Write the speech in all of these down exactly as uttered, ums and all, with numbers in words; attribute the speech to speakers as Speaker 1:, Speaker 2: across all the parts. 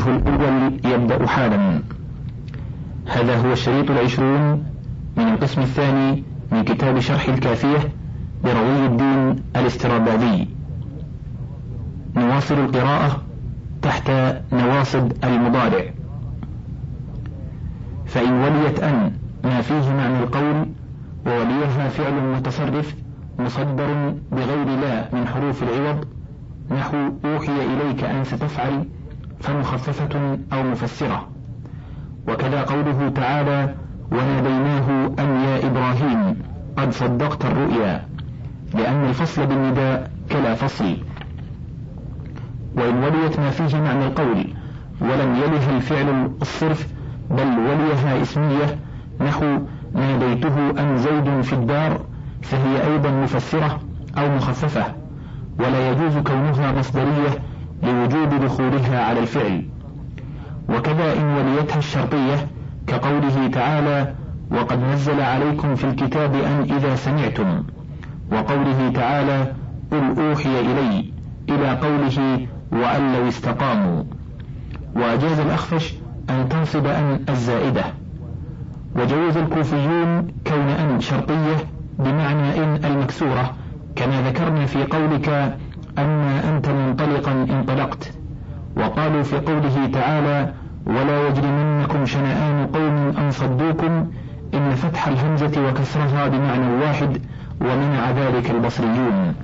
Speaker 1: الوجه الأول يبدأ حالا. هذا هو الشريط العشرون من القسم الثاني من كتاب شرح الكافية لروي الدين الاسترابادي. نواصل القراءة تحت نواصب المضارع. فإن وليت أن ما فيه معنى القول ووليها فعل متصرف مصدر بغير لا من حروف العوض، نحو أوحي إليك أن ستفعل، فمخففة أو مفسرة. وكذا قوله تعالى وناديناه أن يا إبراهيم قد صدقت الرؤيا، لأن الفصل بالنداء كلا فصل. وإن وليت ما فيه معنى القول ولم يلها الفعل الصرف بل وليها اسمية، نحو ناديته أن زيد في الدار، فهي أيضا مفسرة أو مخففة، ولا يجوز كونها مصدرية لوجوب دخولها على الفعل. وكذا إن وليتها الشرطية كقوله تعالى وقد نزل عليكم في الكتاب أن إذا سمعتم، وقوله تعالى قل أوحي إلي، إلى قوله وأن لو استقاموا. وأجاز الأخفش أن تنصب أن الزائدة. وجوز الكوفيون كون أن شرطية بمعنى إن المكسورة، كما ذكرنا في قولك أما أنت منطلقا انطلقت. وقالوا في قوله تعالى ولا يجرمنكم شنآن قوم أن صدوكم، إن فتح الهمزة وكسرها بمعنى واحد، ومنع ذلك البصريون.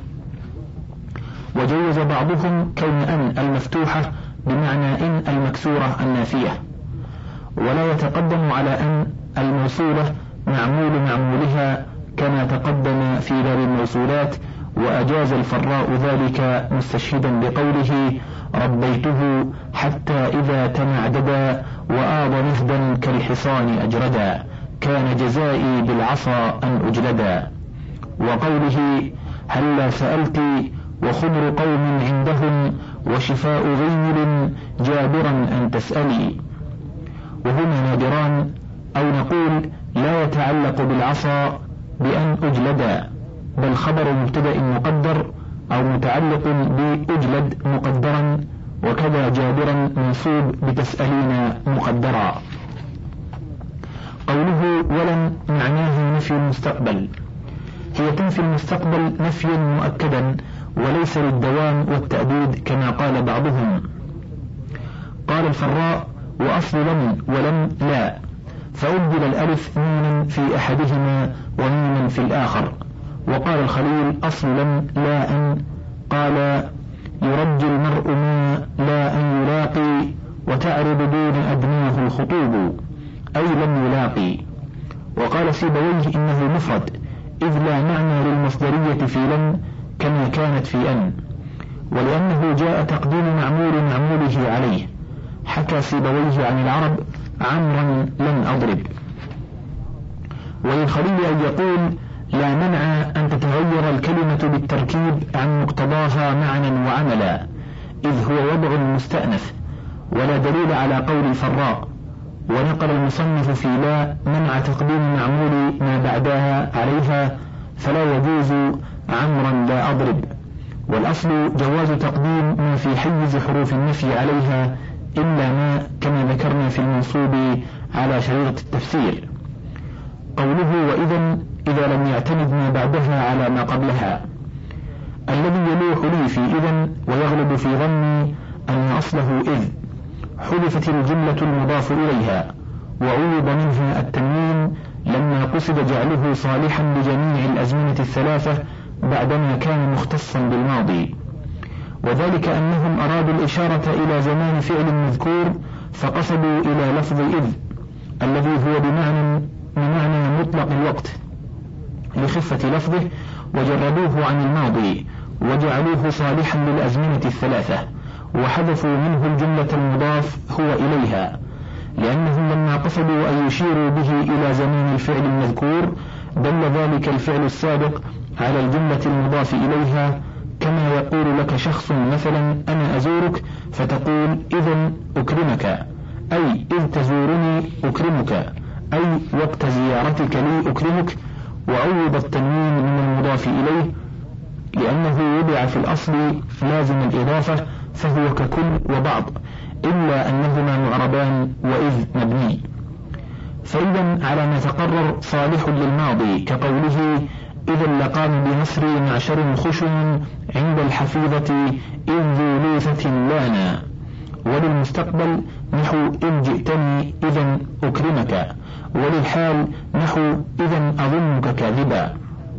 Speaker 1: وجوز بعضهم كون أن المفتوحة بمعنى إن المكسورة النافية. ولا يتقدم على أن الموصولة معمول معمولها كما تقدم في باب الموصولات. وأجاز الفراء ذلك مستشهدا بقوله ربيته حتى إذا تمعددا وآض نهدا كالحصان أجردا، كان جزائي بالعصا أن أجلدا. وقوله هلا سألتي وخبر قوم عندهم وشفاء غير جابرا أن تسألي. وهما نادران، أو نقول لا يتعلق بالعصا بأن أجلدا، بل خبر مبتدأ مقدر أو متعلق بأجلد مقدرا، وكذا جابرا منصوب بتسألين مقدرا. قوله ولن معناه نفي المستقبل، هي تنفي المستقبل نفيا مؤكدا وليس للدوام والتأبيد كما قال بعضهم. قال الفراء وأصل لم ولم لا، فأبدل الألف نونا في أحدهما ونونا في الآخر. وقال الخليل أصل لم لا أن، قال يرجي المرء ما لا أن يلاقي، وتعرض دون أدناه الخطوب، أي لم يلاقي. وقال سيبويه إنه مفرد إذ لا معنى للمصدرية في لم كما كانت في أن، ولأنه جاء تقديم معمول معموله عليه. حكى سيبويه عن العرب عمرا لن أضرب. وللخليل أن يقول لا منع أن تتغير الكلمة بالتركيب عن مقتضاها معنى وعملا، إذ هو وضع مستأنف، ولا دليل على قول الفراء. ونقل المصنف في لا منع تقديم معمول ما بعدها عليها، فلا يجوز عمرا لا أضرب. والأصل جواز تقديم ما في حيز حروف النفي عليها، إلا ما كما ذكرنا في المنصوب على شريطة التفسير. قوله وإذا إذا لم يعتمد ما بعدها على ما قبلها. الذي يلوح لي في إذا ويغلب في ظني أن أصله إذ، حذفت الجملة المضاف إليها وعوض منها التنوين لما قصد جعله صالحا لجميع الأزمنة الثلاثة بعدما كان مختصا بالماضي. وذلك أنهم أرادوا الإشارة إلى زمان فعل مذكور فقصدوا إلى لفظ إذ الذي هو بمعنى بمعنى مطلق الوقت لخفة لفظه، وجردوه عن الماضي وجعلوه صالحا للأزمنة الثلاثة، وحذفوا منه الجملة المضاف هو إليها، لأنهم لما قصدوا أن يشيروا به إلى زمان الفعل المذكور دل ذلك الفعل السابق على الجملة المضاف إليها. كما يقول لك شخص مثلا أنا أزورك، فتقول إذن أكرمك، أي إذ تزورني أكرمك، أي وقت زيارتك لي أكرمك. وعوض التنوين من المضاف إليه لأنه وضع في الأصل لازم الإضافة، فهو ككل وبعض، إلا أنهما معربان وإذ مبني. فإذا على ما تقرر صالح للماضي كقوله إذا لقام بنصري معشر خشن عند الحفيظة إذ ذو لوثة لانا. وللمستقبل نحو إن جئتني إذا أكرمك. وللحال نحو إذا أظنك كاذبا.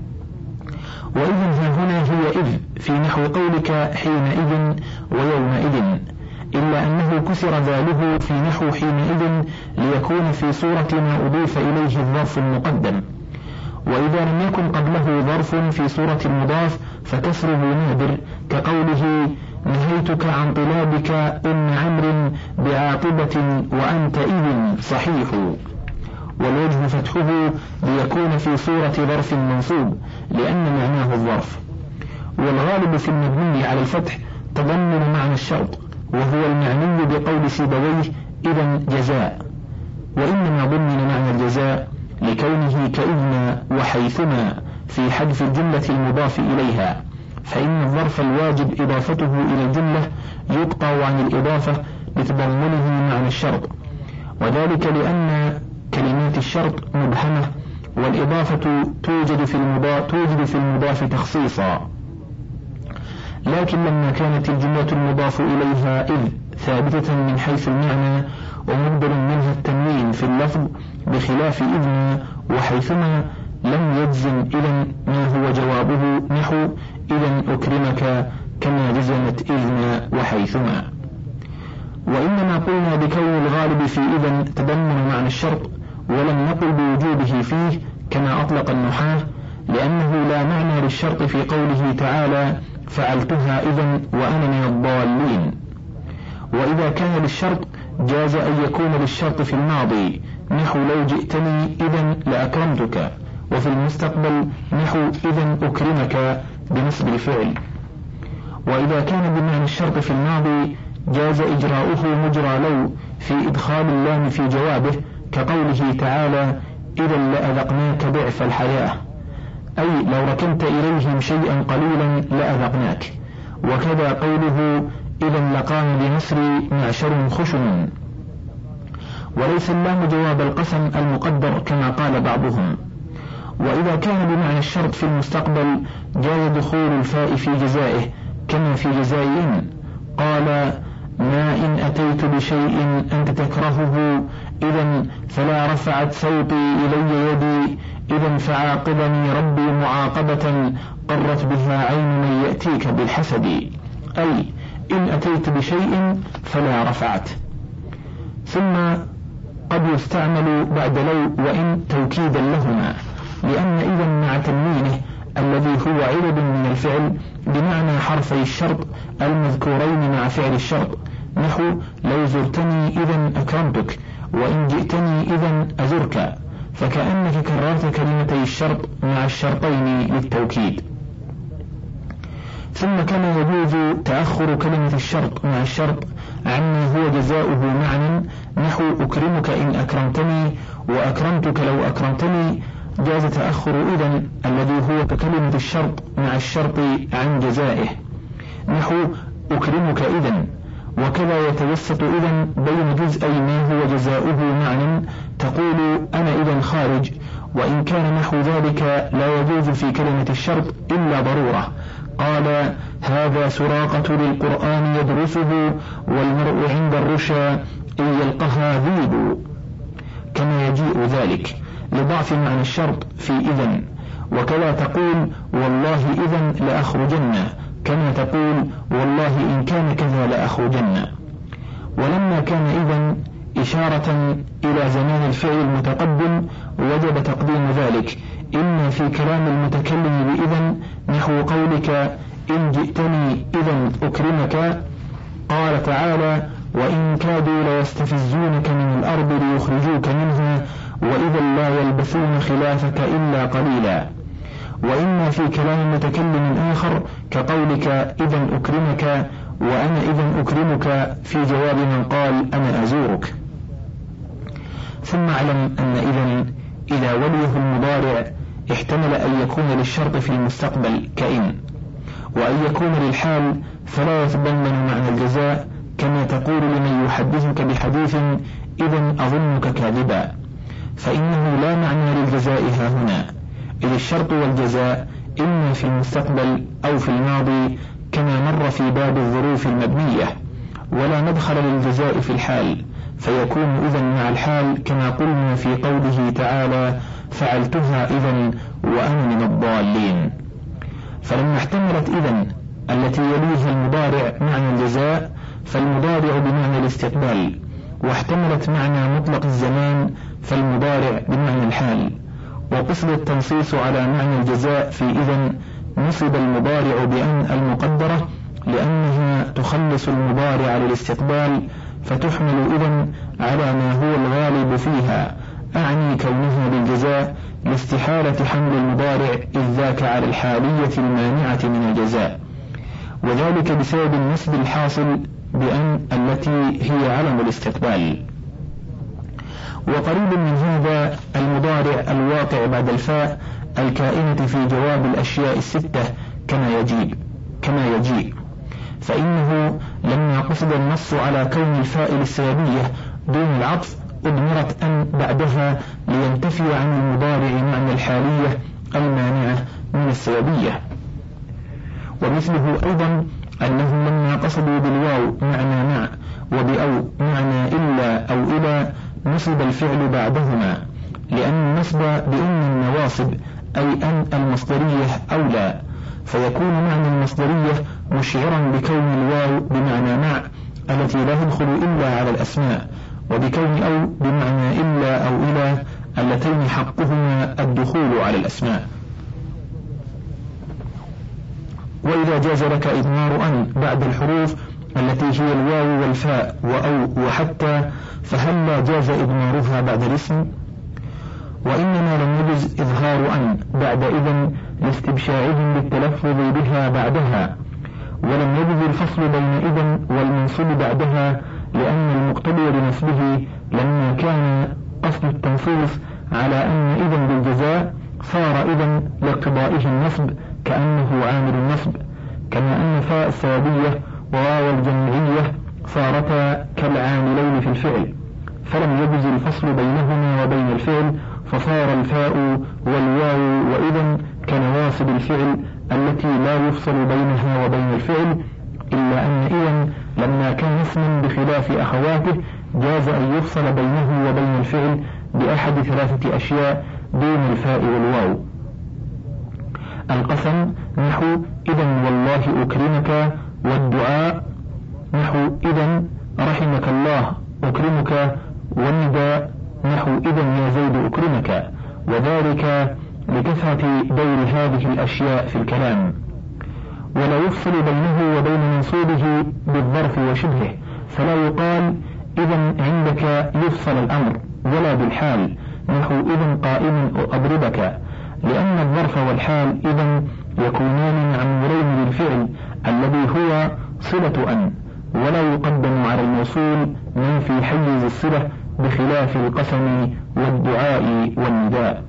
Speaker 1: وإذا هنا هي إذ في نحو قولك حينئذ ويومئذ، إلا أنه كسر ذاله في نحو حينئذ ليكون في صورة ما أضيف إليه الظرف المقدم. وإذا لم يكن قبله ظرف في صورة المضاف فكسره نادر كقوله نهيتك عن طلابك إن عمر بعاقبة وأنت إذن صحيح. والوجه فتحه ليكون في صورة ظرف منصوب لأن معناه الظرف. والغالب في المبني على الفتح تضمن معنى الشرط، وهو المعني بقول سيبويه إذا جزاء، وإنما ضمن معنى الجزاء لكونه كإذن وحيثما في حذف الجملة المضاف إليها، فإن الظرف الواجب إضافته إلى الجملة يقطع عن الإضافة لتضمنه معنى الشرط، وذلك لأن كلمات الشرط مبهمة والإضافة توجد في المضاف, توجد في المضاف تخصيصا. لكن لما كانت الجملة المضاف إليها إذ ثابتة من حيث المعنى ومبدل منها التنوين في اللفظ بخلاف إذن وحيثما لم يجزم إذن ما هو جوابه نحو إذن أكرمك كما جزمت إذن وحيثما. وإنما قلنا بكون الغالب في إذن تضمن معنى الشرط ولم نقل بوجوبه فيه كما أطلق النحاة، لأنه لا معنى للشرط في قوله تعالى فعلتها إذن وأنا من الضالين. وإذا كان للشرط جاز أن يكون للشرط في الماضي نحو لو جئتني إذن لأكرمتك، وفي المستقبل نحو إذن أكرمك بنصب الفعل. وإذا كان بمعنى الشرط في الماضي جاز إجراؤه مجرى لو في إدخال اللام في جوابه كقوله تعالى إذا لأذقناك ضعف الحياة، أي لو ركنت إليهم شيئا قليلا لأذقناك. وكذا قوله إذا لقام بنصري معشر خشن. وليس اللام جواب القسم المقدر كما قال بعضهم. وإذا كان بمعنى الشرط في المستقبل جاء دخول الفاء في جزائه كما في جزاء إن قال ما إن أتيت بشيء أنت تكرهه إذا فلا رفعت صوتي إلي يدي إذا فعاقبني ربي معاقبة قرت بها عين من يأتيك بالحسد، أي إن أتيت بشيء فلا رفعت. ثم قد يستعمل بعد لو وإن توكيدا لهما، لأن إذا مع تنوينه الذي هو علب من الفعل بمعنى حرفي الشرط المذكورين مع فعل الشرط نحو لو زرتني إذا أكرمتك وإن جئتني إذا أزرك، فكأنك كررت كلمتي الشرط مع الشرطين للتوكيد. ثم كما يجوز تأخر كلمة الشرط مع الشرط عما هو جزاؤه معنى نحو أكرمك إن أكرمتني وأكرمتك لو أكرمتني، جاز تأخر إذن الذي هو ككلمة الشرط مع الشرط عن جزائه نحو أكرمك إذن. وكذا يتوسط إذن بين جزئي ما هو جزاؤه معنى تقول أنا إذن خارج، وإن كان نحو ذلك لا يجوز في كلمة الشرط إلا ضرورة. قال هذا سراقة للقرآن يدرسه والمرء عند الرشا إن يلقها ذيب، كما يجيء ذلك لضعف معنى الشرط في إذن. وكلا تقول والله إذن لأخرجن كما تقول والله إن كان كذا لأخرجن. ولما كان إذن إشارة إلى زمان الفعل المتقدم وجب تقديم ذلك إما في كلام المتكلم بإذن نحو قولك إن جئتني إذن أكرمك. قال تعالى وإن كادوا ليستفزونك من الأرض ليخرجوك منها وإذا لا يلبثون خلافك إلا قليلا. وإما في كلام متكلم آخر كقولك إذن أكرمك وأنا إذن أكرمك في جواب من قال أنا أزورك. ثم اعلم أن إذن إذا وليه المضارع احتمل أن يكون للشرط في المستقبل كإن، وأن يكون للحال فلا يتضمن معنى الجزاء كما تقول لمن يحدثك بحديث إذن أظنك كاذبا، فإنه لا معنى للجزاء ها هنا، إذ الشرط والجزاء إما في المستقبل أو في الماضي كما مر في باب الظروف المبنية، ولا مدخل للجزاء في الحال، فيكون إذن مع الحال كما قلنا في قوله تعالى فعلتها إذن وأنا من الضالين. فلما احتملت إذن التي يليها المضارع معنى الجزاء فالمضارع بمعنى الاستقبال، واحتملت معنى مطلق الزمان فالمضارع بمعنى الحال، وقصد التنصيص على معنى الجزاء في إذن نصب المضارع بأن المقدرة لأنها تخلص المضارع للاستقبال، فتحمل إذن على ما هو الغالب فيها، أعني كونها للجزاء لاستحالة حمل المضارع إذ ذاك على الحالية المانعة من الجزاء، وذلك بسبب النسب الحاصل بأن التي هي علم الاستقبال. وقريب من هذا المضارع الواقع بعد الفاء الكائنة في جواب الأشياء الستة كما يجيب كما يجيء فإنه لما قصد النص على كون الفاء السببية دون العطف أضمرت أن بعدها لينتفي عن المضارع معنى الحالية المانعة من السببية. ومثله أيضا أنهم لما قصدوا بالواو معنى مع وبأو معنى إلا أو إلى نصب الفعل بعدهما، لأن النصب بأن النواصب أي أن المصدرية أولى، فيكون معنى المصدرية مشعرا بكون الواو بمعنى مع التي لا تدخل إلا على الأسماء، وبكون أو بمعنى إلا أو إلى اللتين حقهما الدخول على الأسماء. وإذا جاز لك إضمار أن بعد الحروف التي هي الواو والفاء وأو وحتى فهلا جاز إضمارها بعد الاسم، وإنما لم يجز إظهار أن بعد إذن لاستبشاعهم بالتلفظ بها بعدها، ولم يجز الفصل بين إذن والمنصوب بعدها، لأن المقتضي لنسبه لما كان قصد التنصيص على أن إذن بالجزاء صار إذن لاقتضائه النصب كأنه عامل النصب، كما أن فاء السببية وواو الجمعية صارتا كالعاملين في الفعل، فلم يجز الفصل بينهما وبين الفعل، فصار الفاء والواو وإذن كنواصب الفعل التي لا يفصل بينها وبين الفعل، إلا أن إذن لما كان اسما بخلاف أخواته جاز أن يفصل بينه وبين الفعل بأحد ثلاثة أشياء دون الفاء والواو. القسم نحو إذن والله أكرمك، والدعاء نحو إذن رحمك الله أكرمك، والنداء نحو إذن يا زيد أكرمك، وذلك لكثرة دور هذه الأشياء في الكلام. ولا يفصل بينه وبين منصوبه بالظرف وشبهه، فلا يقال إذن عندك يفصل الأمر، ولا بالحال نحو إذن قائم أضربك، لأن الظرف والحال إذن يكونان معمولين للفعل الذي هو صلة أن، ولا يقدم على الموصول من في حيز الصلة بخلاف القسم والدعاء والنداء.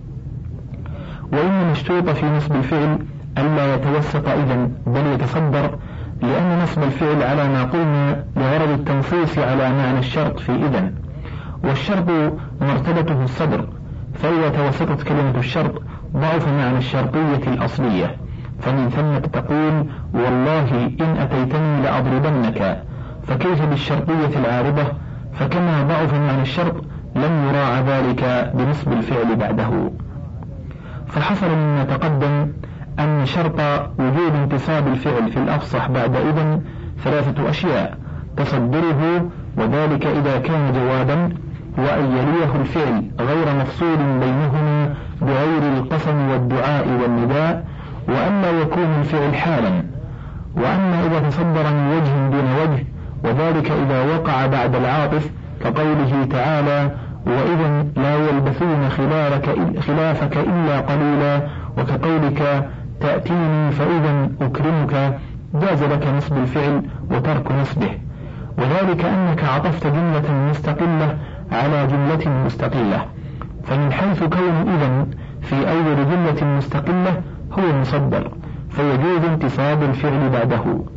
Speaker 1: وإن مشتوط في نصب الفعل ألا يتوسط إذن بل يتصدر، لأن نصب الفعل على ما قلنا لغرض التنصيص على معنى الشرط في إذن، والشرط مرتبته الصدر، فإذا توسطت كلمة الشرط ضعف معنى الشرطية الأصلية، فمن ثم تقول والله إن أتيتني لأضربنك، فكيف بالشرطية العارضة؟ فكما ضعف معنى الشرط لم يراعى ذلك بنصب الفعل بعده. فحصل مما تقدم أن شرط وجود انتصاب الفعل في الأفصح بعد إذن ثلاثة أشياء: تصدره، وذلك إذا كان جوابا، وأن يليه الفعل غير مفصول بينهما بغير القسم والدعاء والنداء، وأن لا يكون الفعل حالا. وأما إذا تصدر من وجه دون وجه، وذلك إذا وقع بعد العاطف كقوله تعالى وإذا لا يلبثون خلافك إلا قليلا، وكقولك تأتيني فإذا أكرمك، جاز لك نصب الفعل وترك نصبه، وذلك أنك عطفت جملة مستقلة على جملة مستقلة، فمن حيث كون إذن في أول جملة مستقلة هو مصدر، فيجوز انتصاب الفعل بعده.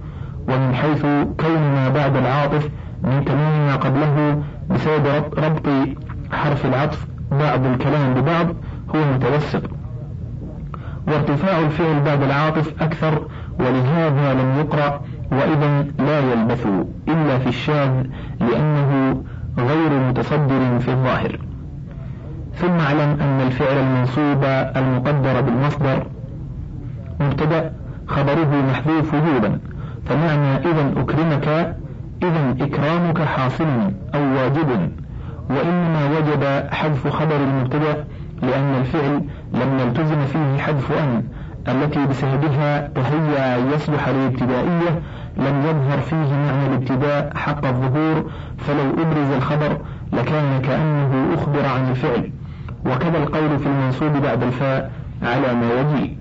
Speaker 1: ومن حيث كون ما بعد العاطف من تمام ما قبله بسبب ربط حرف العطف بعض الكلام ببعض هو متوسط، وارتفاع الفعل بعد العاطف أكثر، ولهذا لم يقرأ وإذا لا يلبث إلا في الشاذ لأنه غير متصدر في الظاهر. ثم اعلم أن الفعل المنصوب المقدر بالمصدر مبتدأ خبره محذوف وجوبا، فمعنى إذا أكرمك إذا إكرامك حاصل أو واجب، وإنما وجب حذف خبر المبتدأ لأن الفعل لم يلتزم فيه حذف أن التي بسببها تهيأ أن يصلح للابتدائية لم يظهر فيه معنى الابتداء حق الظهور، فلو أبرز الخبر لكان كأنه أخبر عن الفعل. وكذا القول في المنصوب بعد الفاء على ما يجي.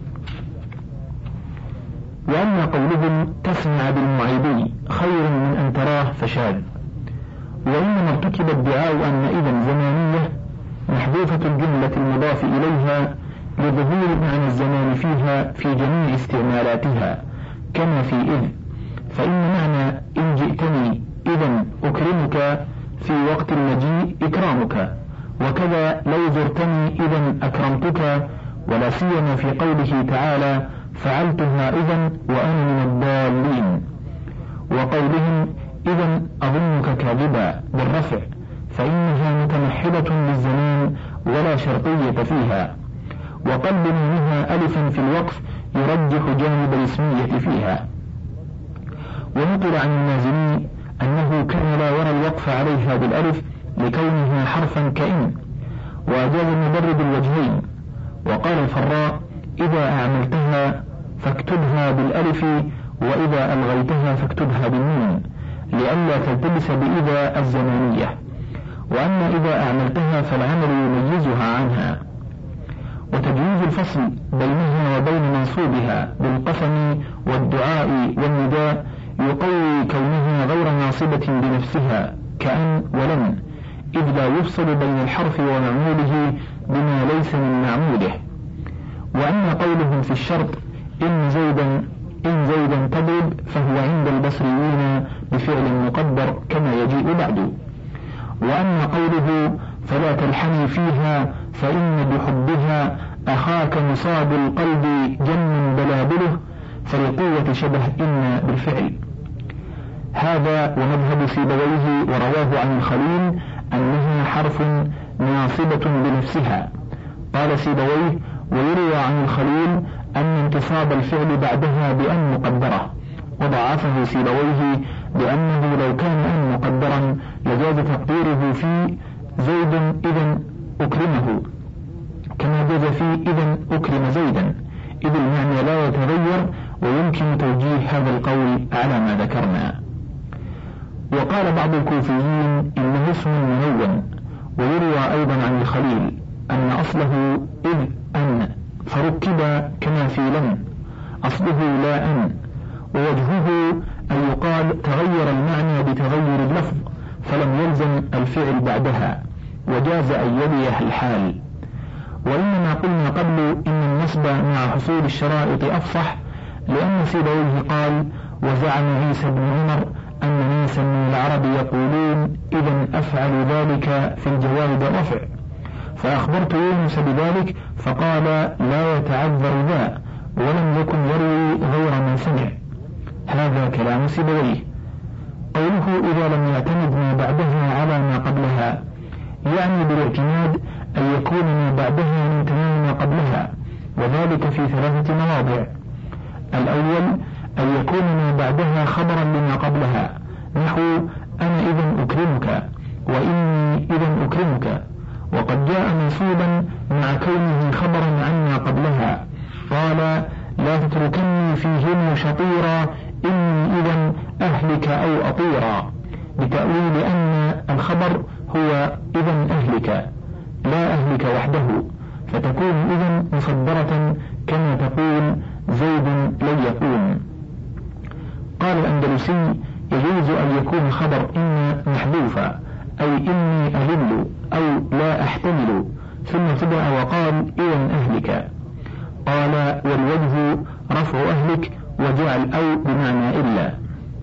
Speaker 1: وأما قولهم تسمع بالمعيبي خير من أن تراه فشاذ، وإنما ارتكب ادعاء أن إذن زمانية محذوفة الجملة المضاف إليها لظهور معنى الزمان فيها في جميع استعمالاتها كما في إذ، فإن معنى إن جئتني إذن أكرمك في وقت المجيء إكرامك، وكذا لو زرتني إذن أكرمتك، ولا سيما في قوله تعالى فعلتها إذن وأنا من الضالين، وقولهم إذن أظنك كاذبا بالرفع فإنها متمحلة للزمان ولا شرطية فيها، وقلب منها ألفا في الوقف يرجح جانب الاسمية فيها. ونقل عن المازني أنه كان لا يرى الوقف عليها بالألف لكونها حرفا كإن، وأجاز المبرد الوجهين. وقال الفراء إذا أعملتها فاكتبها بالألف وإذا ألغيتها فاكتبها بالنون لئلا تلتبس بإذا الزمانية، وأما إذا أعملتها فالعمل يميزها عنها. وتجويز الفصل بينها وبين منصوبها بالقسم والدعاء والنداء يقوي كونها غير ناصبة بنفسها كأن ولن، إذ لا يفصل بين الحرف ومعموله بما ليس من معموله. وأما قولهم في الشرط إن زيدا إن زيدا تضرب فهو عند البصريين بفعل مقدر كما يجيء بعد. وأما قوله فلا تلحني فيها فإن بحبها أخاك مصاب القلب جم بلابله فلقوة شبه إن بالفعل. هذا ومذهب سيبويه ورواه عن الخليل أنها حرف ناصبة بنفسها. قال سيبويه ويروى عن الخليل أن انتصاب الفعل بعدها بأن مقدرة، وضعفه سيبويه بأنه لو كان أن مقدرا لجاز تقديره في زيد إذن أكرمه كما جاز في إذن أكرم زيدا، إذ المعنى لا يتغير ويمكن توجيه هذا القول على ما ذكرنا. وقال بعض الكوفيين إنه اسم منون، ويروى أيضا عن الخليل أن أصله إذ أن فركب كما في لن أصله لا أن، ووجهه أن يقال تغير المعنى بتغير اللفظ فلم يلزم الفعل بعدها، وجاز أن يليه الحال. وإنما قلنا قبل إن النصب مع حصول الشرائط أفصح، لأن سيبويه قال وزعم عيسى بن عمر أن ناسا من العرب يقولون إذن أفعل ذلك في الجواب رفع، فأخبرت يونس بذلك فقال لا يتعذر ذا، ولم يكن يروي غير ما سمع. هذا كلام سيبويه. قوله إذا لم يعتمد ما بعدها على ما قبلها يعني بالاعتماد أن يكون ما بعدها من تمام ما قبلها، وذلك في ثلاثة مواضع. الأول أن يكون ما بعدها خبرا لما قبلها، نحو أنا إذن أكرمك وإني إذن أكرمك، وقد جاء منصوبا مع كونه خبرا عما قبلها. قال لا تتركني فيهم شطيرا إني إذن أهلك أو أطيرا، بتأويل أن الخبر هو إذن أهلك لا أهلك وحده، فتكون إذن مصدرة كما تقول زيد لن يكون. قال الأندلسي يجوز أن يكون خبر إن محذوفا أي إني أهل أو لا أحتمل، ثم تبع وقال إذن أهلك. قال والوجه رفع أهلك وجعل أو بمعنى إلا.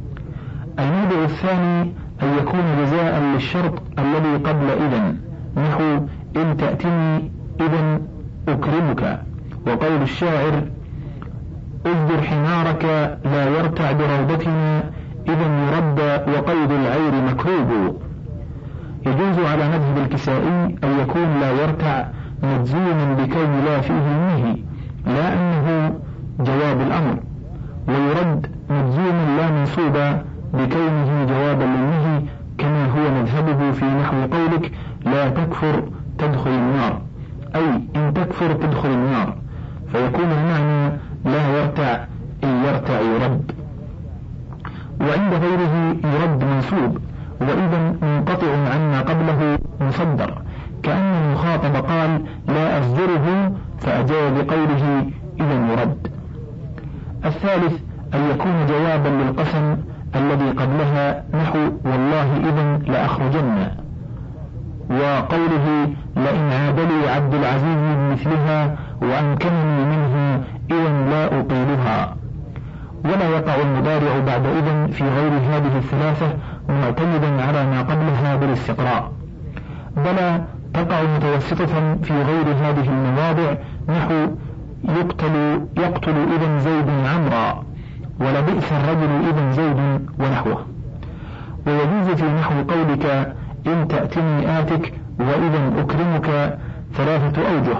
Speaker 1: الموضع الثاني أن يكون جزاء للشرط الذي قبل إذن، نحو إن تأتني إذن أكرمك، وقول الشاعر أجدر حمارك لا يرتع بروضتنا إذا يربى وقيد العير مكروب. يجوز على مذهب الكسائي أن يكون لا يرتع مجزوما بكون لا فيه النهي لا أنه جواب الأمر، ويرد مجزوما لا منصوبا بكونه جوابا للنهي، كما هو مذهبه في نحو قولك لا تكفر تدخل النار، أي إن تكفر تدخل النار، فيكون المعنى لا يرتع إن يرتع يرد. وعند غيره يرد منصوب وإذا منقطع عما قبله مصدر، كأن المخاطب قال لا أصدره فأجاب بقوله إذا يرد. الثالث أن يكون جوابا للقسم الذي قبلها، نحو والله إذا لأخرجن، وقوله لئن عادلي عبد العزيز بمثلها وأمكنني منه إذا لا أطيلها. ولا يقع المضارع بعد إذن في غير هذه الثلاثة معتمدا على ما قبلها بالاستقراء، بل تقع متوسطة في غير هذه المواضع، نحو يقتل يقتل إذن زيد عمرا، ولبئس الرجل إذن زيد، ونحوه. ويجوز في نحو قولك إن تأتني آتك وإذن أكرمك ثلاثة أوجه: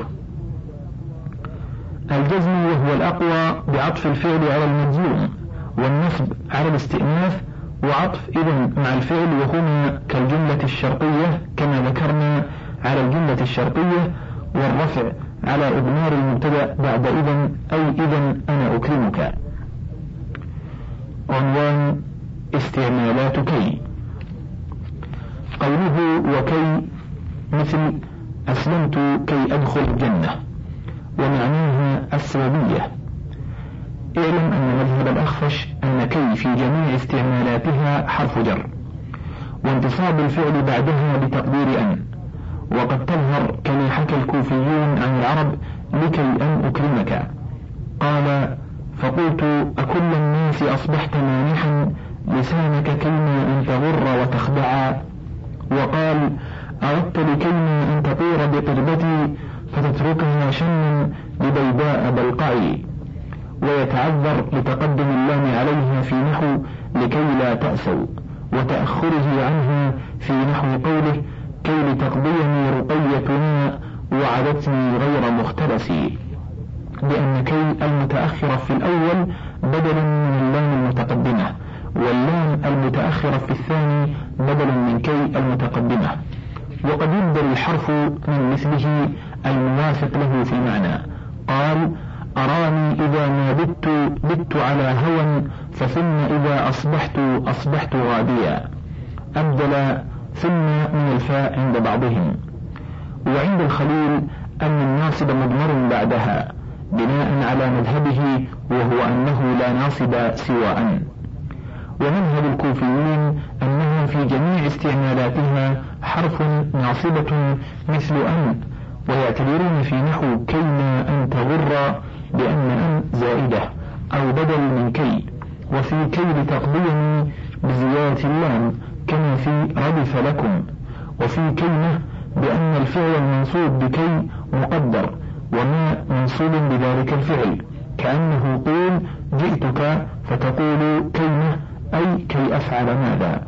Speaker 1: الجزم وهو الأقوى بعطف الفعل على المجزوم، والنصب على الاستئناف، وعطف إذن مع الفعل وهما كالجملة الشرطية كما ذكرنا على الجملة الشرطية، والرفع على إضمار المبتدأ بعد إذن أي إذن أنا أكرمك. عنوان استعمالات كي. قوله وكي مثل أسلمت كي أدخل الجنة، ومعناها السببية. اعلم أن مذهب الأخفش أن كي في جميع استعمالاتها حرف جر، وانتصاب الفعل بعدها بتقدير أن، وقد تظهر كما حكى الكوفيون عن العرب لكي أن أكرمك. قال فقلت أكل الناس أصبحت مانحا لسانك كيما أن تغر وتخدعا. وقال أردت لكيما أن تطير بقربتي فتتركها شما ببيداء بلقعي. ويتعذر لتقدم اللام عليها في نحو لكي لا تأسوا، وتأخره عنها في نحو قوله كي لتقضيني رقيتنا وعدتني غير مختلسي، بأن كي المتأخرة في الأول بدل من اللام المتقدمة، واللام المتأخرة في الثاني بدل من كي المتقدمة. وقد يبدل الحرف من مثله الموافق له في المعنى. قال أراني إذا ما بت بت على هوى فثم إذا أصبحت أصبحت غاديا، أبدل ثم من الفاء عند بعضهم. وعند الخليل أن الناصب مضمر بعدها بناء على مذهبه، وهو أنه لا ناصب سوى أن. ومذهب الكوفيين أنها في جميع استعمالاتها حرف ناصبة مثل أن، ويعتبرون في نحو كيما أن تغر بأن أن زائدة أو بدل من كي، وفي كي لتقضيني بزيادة اللام كما في ردف لكم، وفي كيمة بأن الفعل المنصوب بكي مقدر وما منصوب بذلك الفعل، كأنه قول جئتك فتقول كيمة أي كي أفعل ماذا.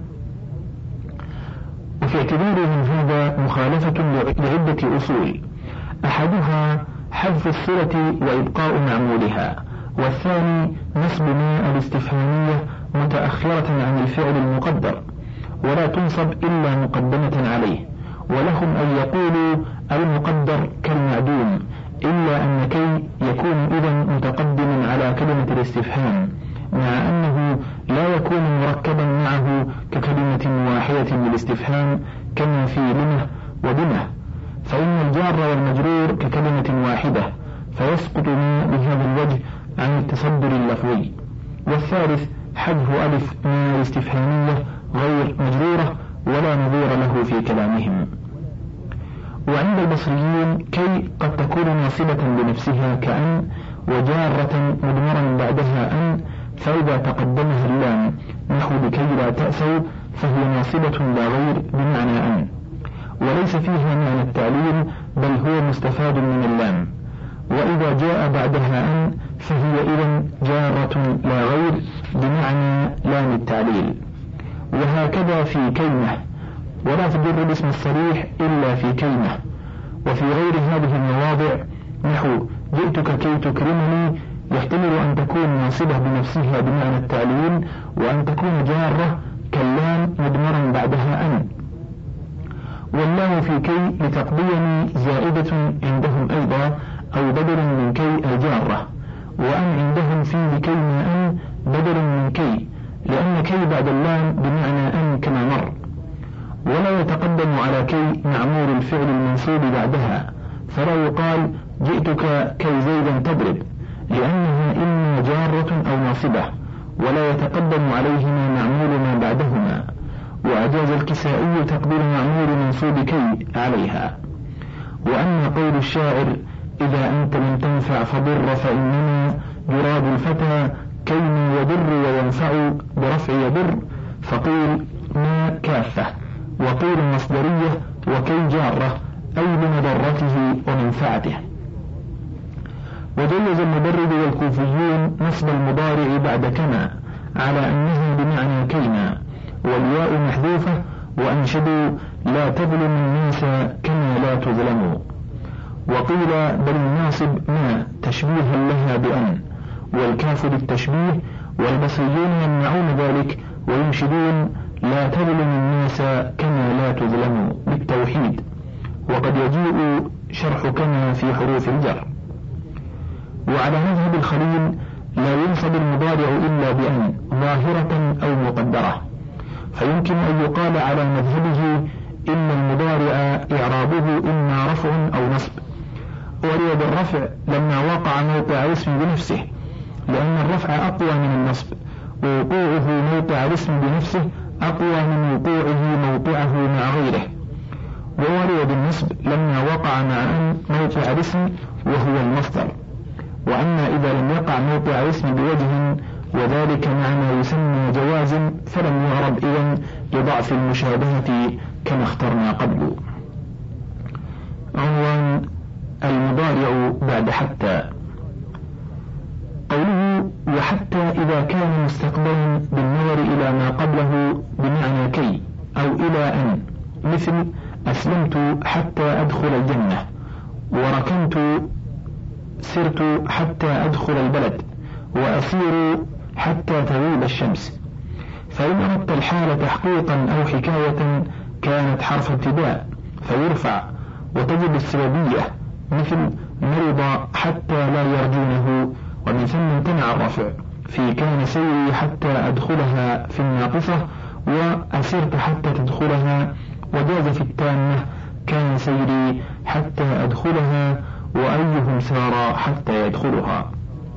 Speaker 1: وفي اعتبار من هذا مخالفة لعدة أصول: أحدها حذف الصلة وإبقاء معمولها، والثاني نصب ما الاستفهامية متأخرة عن الفعل المقدر ولا تنصب إلا مقدمة عليه، ولهم أن يقولوا المقدر كالمعدوم، إلا أن كي يكون إذن متقدما على كلمة الاستفهام، مع أنه لا يكون مركبا معه ككلمة واحدة للاستفهام كما في لمه وبمه، فإن الجار والمجرور ككلمة واحدة، فيسقط بهذا الوجه عن التصدر اللفظي. والثالث حذف ألف ما الاستفهامية غير مجرورة ولا نظير له في كلامهم. وعند البصريين كي قد تكون ناصبة بنفسها كأن، وجارة مضمرا بعدها أن، فإذا تقدمها اللام نحو لكي لا تأسوا فهي ناصبة لا غير بمعنى أن، وليس فيها معنى التعليل بل هو مستفاد من اللام. وإذا جاء بعدها أن فهي إذن جارة لا غير بمعنى لام التعليل. وهكذا في كلمة، ولا تجر الاسم الصريح إلا في كلمة. وفي غير هذه المواضع نحو جئتك كي تكرمني يحتمل أن تكون ناصبة بنفسها بمعنى التعليل، وأن تكون جارة كاللام مضمرا بعدها أن. واللام في كي لتقضيني زائدة عندهم أيضا أو بدل من كي الجارة، وأن عندهم في لكي ما أن بدل من كي، لأن كي بعد اللام بمعنى أن كما مر. ولا يتقدم على كي معمول الفعل المنصوب بعدها، فلا يقال جئتك كي زيدا تضرب، لأنها إما جارة أو ناصبة، ولا يتقدم عليهما معمول ما بعدهما. وأجاز الكسائي تقدير معمول منصوب كي عليها. وأما قول الشاعر إذا أنت لم تنفع فضر فإنما يراد الفتى كي يضر وينفع برفع يضر، فقيل ما كافة، وقيل مصدرية وكي جارة أي لمضرته ومنفعته. وجوز المبرد والكوفيون نصب المضارع بعد كما على أنه بمعنى كيما، والياء محذوفة، وأنشدوا لا تظلم الناس كما لا تظلموا. وقيل بل الناصب ما تشبيها لها بأن، والكاف للتشبيه، والبصريون يمنعون ذلك وينشدون لا تظلم الناس كما لا تظلموا بالتوحيد. وقد يجيء شرح كما في حروف الجر. وعلى مذهب الخليل لا ينصب المضارع إلا بأن ظاهرة أو مقدرة، فيمكن أن يقال على مذهبه إن المضارع إعرابه إما رفع أو نصب، ورد الرفع لما وقع موقع الاسم بنفسه، لأن الرفع أقوى من النصب، ووقوعه موقع الاسم بنفسه أقوى من وقوعه موقعه مع غيره. وورد النصب لما وقع مع أن موقع الاسم وهو المصدر. وأما إذا لم يقع موقع الاسم بوجه وذلك مع ما يسمى جواز فلم يعرب إذن لضعف المشابهة كما اخترنا قبل. عنوان المضارع بعد حتى. قوله وحتى إذا كان مستقبلا بالنظر إلى ما قبله بمعنى كي أو إلى أن، مثل أسلمت حتى أدخل الجنة، وركنت سرت حتى أدخل البلد، وأسير حتى تغيب الشمس. فإن أردت الحال تحقيقا أو حكاية كانت حرف ابتداء فيرفع وتجب السببية، مثل مرض حتى لا يرجونه، ومن ثم امتنع الرفع في كان سيري حتى أدخلها في الناقصة، وأسرت حتى تدخلها، وجاز في التامة كان سيري حتى أدخلها، وأيهم سار حتى يدخلها.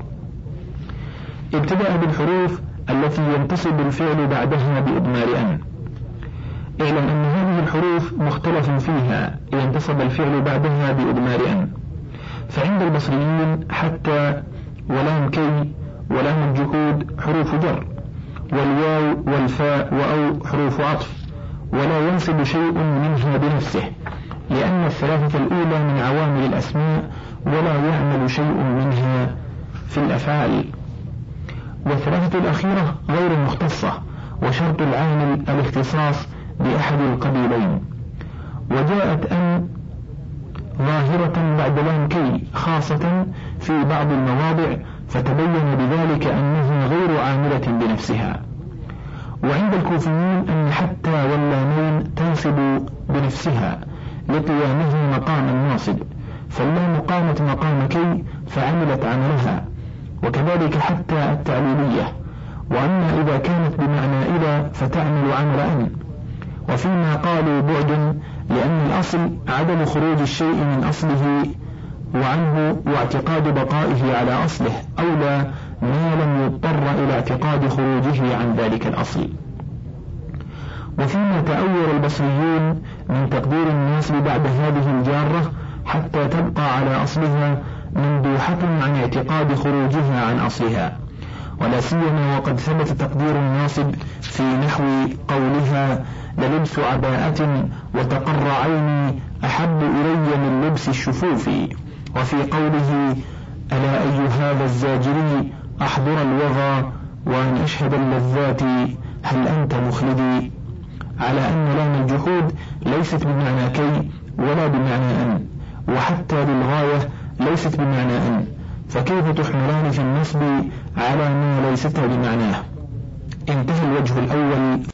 Speaker 1: ابتدأ بالحروف التي ينتصب الفعل بعدها بإضمار أن. اعلم أن هذه الحروف مختلف فيها ينتصب الفعل بعدها بإضمار أن. فعند البصريين حتى ولام كي ولام الجهود حروف جر، والواو والفاء وأو حروف عطف، ولا ينصب شيء منها بنفسه، لأن الثلاثة الأولى من عوامل الأسماء ولا يعمل شيء منها في الأفعال، والثلاثة الأخيرة غير مختصة، وشرط العامل الاختصاص بأحد القبيلين. وجاءت أن ظاهرة بعد لام كي خاصة في بعض المواضع، فتبين بذلك أنها غير عاملة بنفسها. وعند الكوفيين أن حتى واللامين تنصب بنفسها لقيامه مقام الناصب، فاللام قامت مقام كي فعملت عملها، وكذلك حتى التعليلية. وأما إذا كانت بمعنى إلى فتعمل عمل أن. وفيما قالوا بعد، لأن الأصل عدم خروج الشيء من أصله وعنه واعتقاد بقائه على أصله أولى ما لم يضطر إلى اعتقاد خروجه عن ذلك الأصل. وفيما تأول البصريون من تقدير الناصب بعد هذه الجارة حتى تبقى على أصلها مندوحة عن اعتقاد خروجها عن أصلها. ولا سيما وقد ثبت تقدير الناصب في نحو قولها للبس عباءة وتقر عيني أحب إلي من لبس الشفوف، وفي قوله ألا أي هذا الزاجري أحضر الوغى وأن أشهد اللذات هل أنت مخلدي، على أن لام الجحود ليست بمعنى كي ولا بمعنى أن، وحتى للغاية ليست بمعنى أن، فكيف تحملان في النصب على ما ليست بمعناه؟ انتهى الوجه الأول.